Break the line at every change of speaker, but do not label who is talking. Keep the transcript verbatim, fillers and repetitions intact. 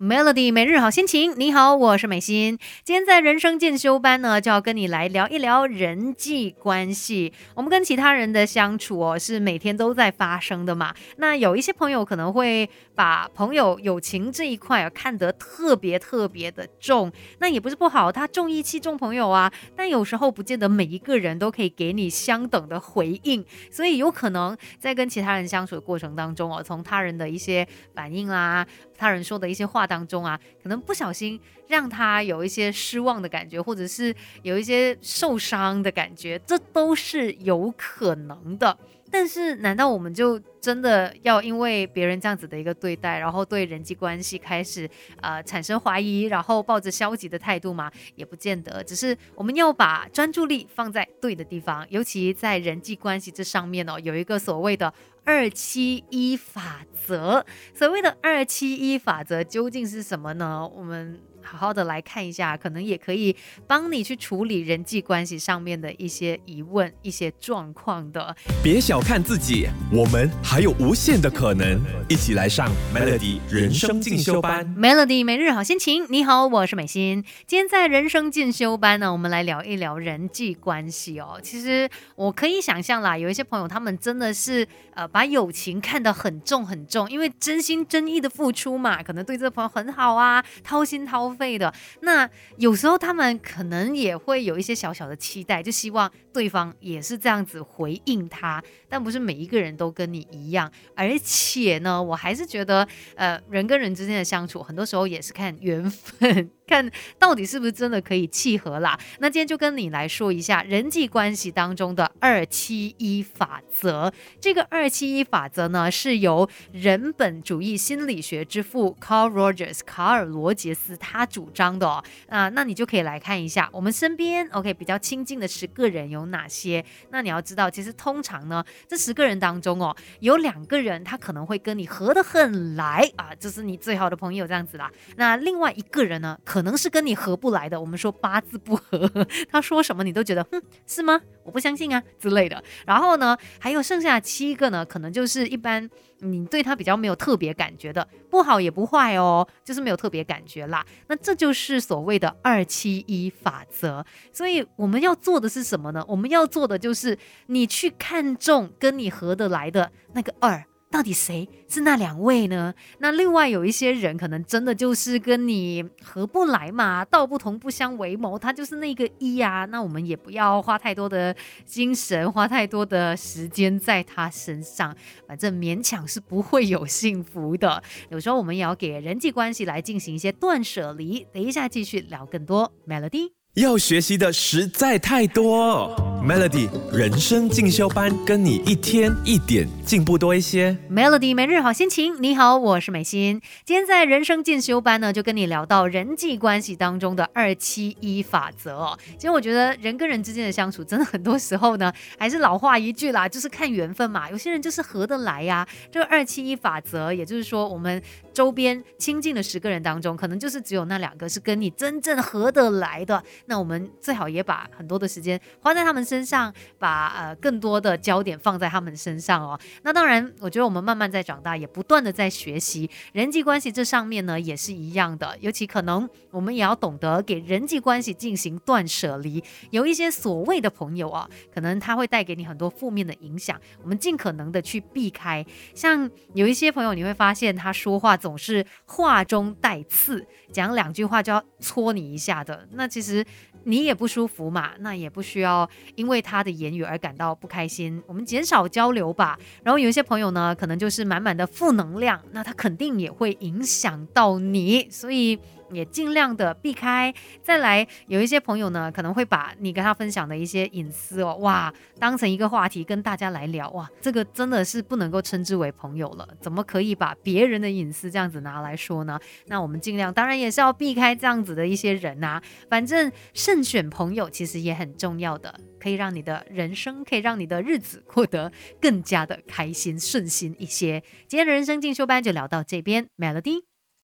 Melody 每日好心情，你好，我是美心。今天在人生进修班呢，就要跟你来聊一聊人际关系。我们跟其他人的相处哦，是每天都在发生的嘛。那有一些朋友可能会把朋友友情这一块啊看得特别特别的重，那也不是不好，他重义气重朋友啊，但有时候不见得每一个人都可以给你相等的回应，所以有可能在跟其他人相处的过程当中哦，从他人的一些反应啦，他人说的一些话当中啊，可能不小心让他有一些失望的感觉，或者是有一些受伤的感觉，这都是有可能的。但是难道我们就真的要因为别人这样子的一个对待，然后对人际关系开始呃产生怀疑，然后抱着消极的态度吗？也不见得，只是我们要把专注力放在对的地方，尤其在人际关系这上面哦，有一个所谓的二七一法则。所谓的二七一法则究竟是什么呢？我们好好的来看一下，可能也可以帮你去处理人际关系上面的一些疑问、一些状况的。
别小看自己，我们还有无限的可能。一起来上 Melody 人生进修班。
Melody 每日好心情，你好，我是美心。今天在人生进修班呢，我们来聊一聊人际关系哦。其实我可以想象啦，有一些朋友他们真的是呃把友情看得很重很重，因为真心真意的付出嘛，可能对这个朋友很好啊，掏心掏肺的。那有时候他们可能也会有一些小小的期待，就希望对方也是这样子回应他，但不是每一个人都跟你一样。而且呢，我还是觉得呃人跟人之间的相处很多时候也是看缘分，看到底是不是真的可以契合啦。那今天就跟你来说一下人际关系当中的二七一法则。这个二七一法则呢，是由人本主义心理学之父 Carl Rogers 卡尔罗杰斯他主张的哦。啊，那你就可以来看一下我们身边 OK 比较亲近的十个人有哪些。那你要知道，其实通常呢，这十个人当中哦，有两个人他可能会跟你合得很来啊，就是你最好的朋友这样子啦。那另外一个人呢，可能是跟你合不来的，我们说八字不合，他说什么你都觉得哼是吗？我不相信啊之类的。然后呢，还有剩下七个呢，可能就是一般你对他比较没有特别感觉的，不好也不坏哦，就是没有特别感觉啦。那这就是所谓的二七一法则。所以我们要做的是什么呢？我们要做的就是你去看重跟你合得来的那个二，到底谁是那两位呢？那另外有一些人可能真的就是跟你合不来嘛，道不同不相为谋，他就是那个一啊，那我们也不要花太多的精神，花太多的时间在他身上，反正勉强是不会有幸福的。有时候我们也要给人际关系来进行一些断舍离。等一下继续聊更多 Melody。
要学习的实在太多。Melody 人生进修班，跟你一天一点进步多一些。
Melody 每日好心情，你好，我是美心。今天在人生进修班呢，就跟你聊到人际关系当中的二七一法则哦。其实我觉得人跟人之间的相处，真的很多时候呢，还是老话一句啦，就是看缘分嘛。有些人就是合得来呀、啊。这个二七一法则，也就是说，我们周边亲近的十个人当中，可能就是只有那两个是跟你真正合得来的。那我们最好也把很多的时间花在他们身上，把呃更多的焦点放在他们身上哦。那当然，我觉得我们慢慢在长大，也不断的在学习人际关系这上面呢，也是一样的。尤其可能我们也要懂得给人际关系进行断舍离。有一些所谓的朋友啊，可能他会带给你很多负面的影响，我们尽可能的去避开。像有一些朋友，你会发现他说话总是话中带刺，讲两句话就要戳你一下的。那其实你也不舒服嘛，那也不需要因为他的言语而感到不开心，我们减少交流吧。然后有一些朋友呢，可能就是满满的负能量，那他肯定也会影响到你，所以也尽量的避开。再来，有一些朋友呢，可能会把你跟他分享的一些隐私哦，哇，当成一个话题跟大家来聊，哇，这个真的是不能够称之为朋友了。怎么可以把别人的隐私这样子拿来说呢？那我们尽量，当然也是要避开这样子的一些人啊。反正慎选朋友其实也很重要的，可以让你的人生，可以让你的日子过得更加的开心顺心一些。今天的人生进修班就聊到这边 ，Melody。